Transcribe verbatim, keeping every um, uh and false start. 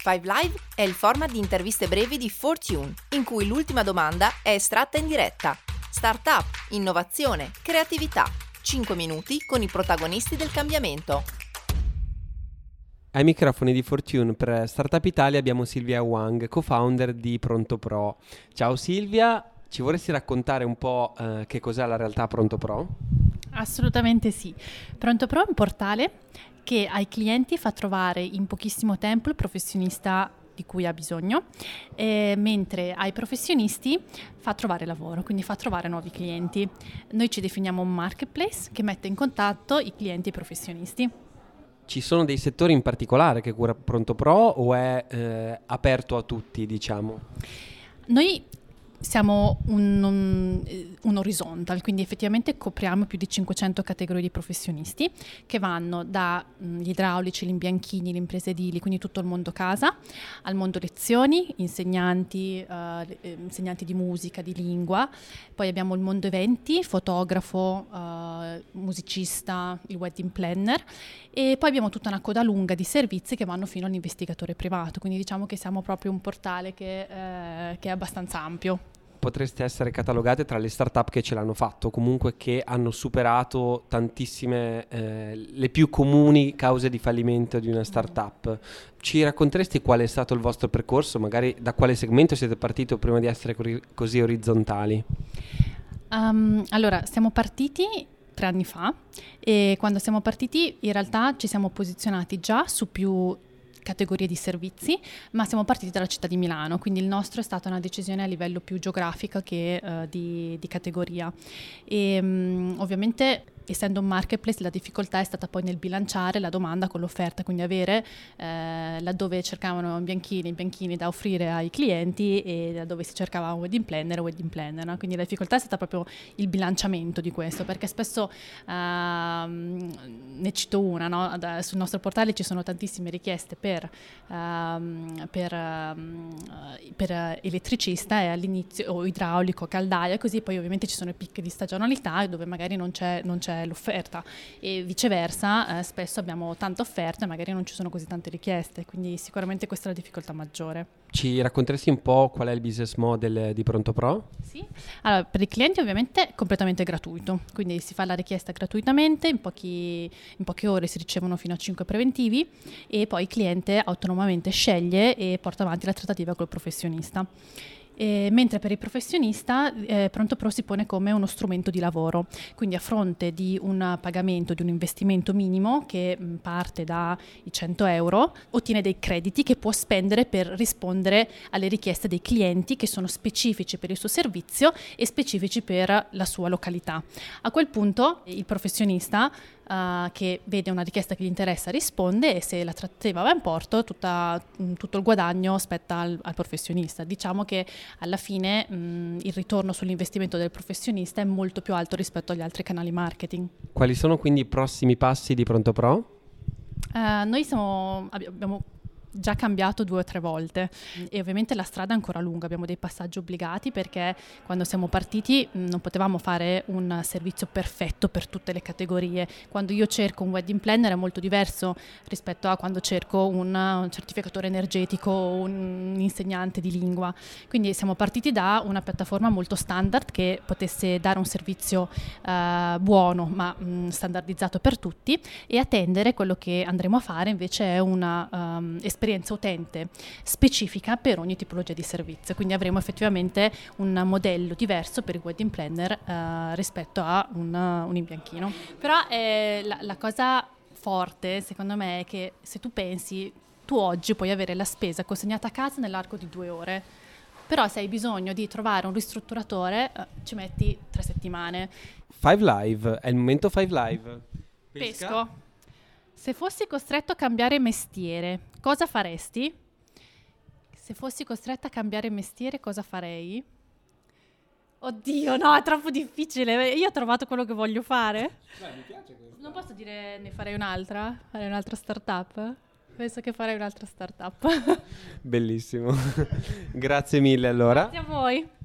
Five Live è il format di interviste brevi di Fortune, in cui l'ultima domanda è estratta in diretta. Startup, innovazione, creatività. cinque minuti con i protagonisti del cambiamento. Ai microfoni di Fortune per Startup Italia abbiamo Silvia Wang, co-founder di Pronto Pro. Ciao Silvia, ci vorresti raccontare un po' eh, che cos'è la realtà Pronto Pro? Assolutamente sì. Pronto Pro è un portale che ai clienti fa trovare in pochissimo tempo il professionista di cui ha bisogno, eh, mentre ai professionisti fa trovare lavoro, quindi fa trovare nuovi clienti. Noi ci definiamo un marketplace che mette in contatto i clienti e i professionisti. Ci sono dei settori in particolare che cura Pronto Pro o è eh, aperto a tutti, diciamo? Noi siamo un, un, un horizontal, quindi effettivamente copriamo più di cinquecento categorie di professionisti che vanno dagli idraulici, gli imbianchini, le imprese edili, quindi tutto il mondo casa, al mondo lezioni, insegnanti, eh, insegnanti di musica, di lingua, poi abbiamo il mondo eventi, fotografo, eh, musicista, il wedding planner, e poi abbiamo tutta una coda lunga di servizi che vanno fino all'investigatore privato, quindi diciamo che siamo proprio un portale che, eh, che è abbastanza ampio. Potreste essere catalogate tra le startup che ce l'hanno fatto, comunque che hanno superato tantissime, eh, le più comuni cause di fallimento di una startup. Ci racconteresti qual è stato il vostro percorso? Magari da quale segmento siete partiti prima di essere così orizzontali? Um, allora, siamo partiti tre anni fa e quando siamo partiti in realtà ci siamo posizionati già su più categorie di servizi, ma siamo partiti dalla città di Milano, quindi il nostro è stata una decisione a livello più geografico che uh, di, di categoria. E um, ovviamente, essendo un marketplace, la difficoltà è stata poi nel bilanciare la domanda con l'offerta, quindi avere eh, laddove cercavano imbianchini, imbianchini da offrire ai clienti e laddove si cercava un wedding planner, wedding planner, no? Quindi la difficoltà è stata proprio il bilanciamento di questo, perché spesso ehm, ne cito una, no? Da, sul nostro portale ci sono tantissime richieste per, ehm, per, ehm, per elettricista e all'inizio, o idraulico, caldaia, così poi ovviamente ci sono i picchi di stagionalità dove magari non c'è, non c'è l'offerta e viceversa, eh, spesso abbiamo tante offerte e magari non ci sono così tante richieste, quindi sicuramente questa è la difficoltà maggiore. Ci racconteresti un po' qual è il business model di Pronto Pro? Sì, allora per i clienti ovviamente è completamente gratuito, quindi si fa la richiesta gratuitamente, in, pochi, in poche ore si ricevono fino a cinque preventivi e poi il cliente autonomamente sceglie e porta avanti la trattativa col professionista. E mentre per il professionista eh, Pronto Pro si pone come uno strumento di lavoro, quindi a fronte di un pagamento, di un investimento minimo che mh, parte dai cento euro, ottiene dei crediti che può spendere per rispondere alle richieste dei clienti che sono specifici per il suo servizio e specifici per la sua località. A quel punto il professionista Uh, che vede una richiesta che gli interessa risponde e se la trattativa va in porto tutta, mh, tutto il guadagno spetta al, al professionista. Diciamo che alla fine mh, il ritorno sull'investimento del professionista è molto più alto rispetto agli altri canali marketing. Quali sono quindi i prossimi passi di Pronto Pro? Uh, noi siamo, abbiamo già cambiato due o tre volte e ovviamente la strada è ancora lunga, abbiamo dei passaggi obbligati perché quando siamo partiti non potevamo fare un servizio perfetto per tutte le categorie. Quando io cerco un wedding planner è molto diverso rispetto a quando cerco un, un certificatore energetico o un insegnante di lingua, quindi siamo partiti da una piattaforma molto standard che potesse dare un servizio uh, buono ma mh, standardizzato per tutti e attendere quello che andremo a fare invece è una um, esperienza utente specifica per ogni tipologia di servizio, quindi avremo effettivamente un modello diverso per il wedding planner uh, rispetto a un, uh, un imbianchino. Però eh, la, la cosa forte secondo me è che se tu pensi, tu oggi puoi avere la spesa consegnata a casa nell'arco di due ore, però se hai bisogno di trovare un ristrutturatore uh, ci metti tre settimane. Five Live, è il momento Five Live. Pesca? Pesco. Se fossi costretto a cambiare mestiere, cosa faresti? Se fossi costretta a cambiare mestiere, cosa farei? Oddio, no, è troppo difficile. Io ho trovato quello che voglio fare. Beh, mi piace questo. Non posso dire ne farei un'altra? Farei un'altra startup? Penso che farei un'altra startup. Bellissimo. Grazie mille allora. Grazie a voi.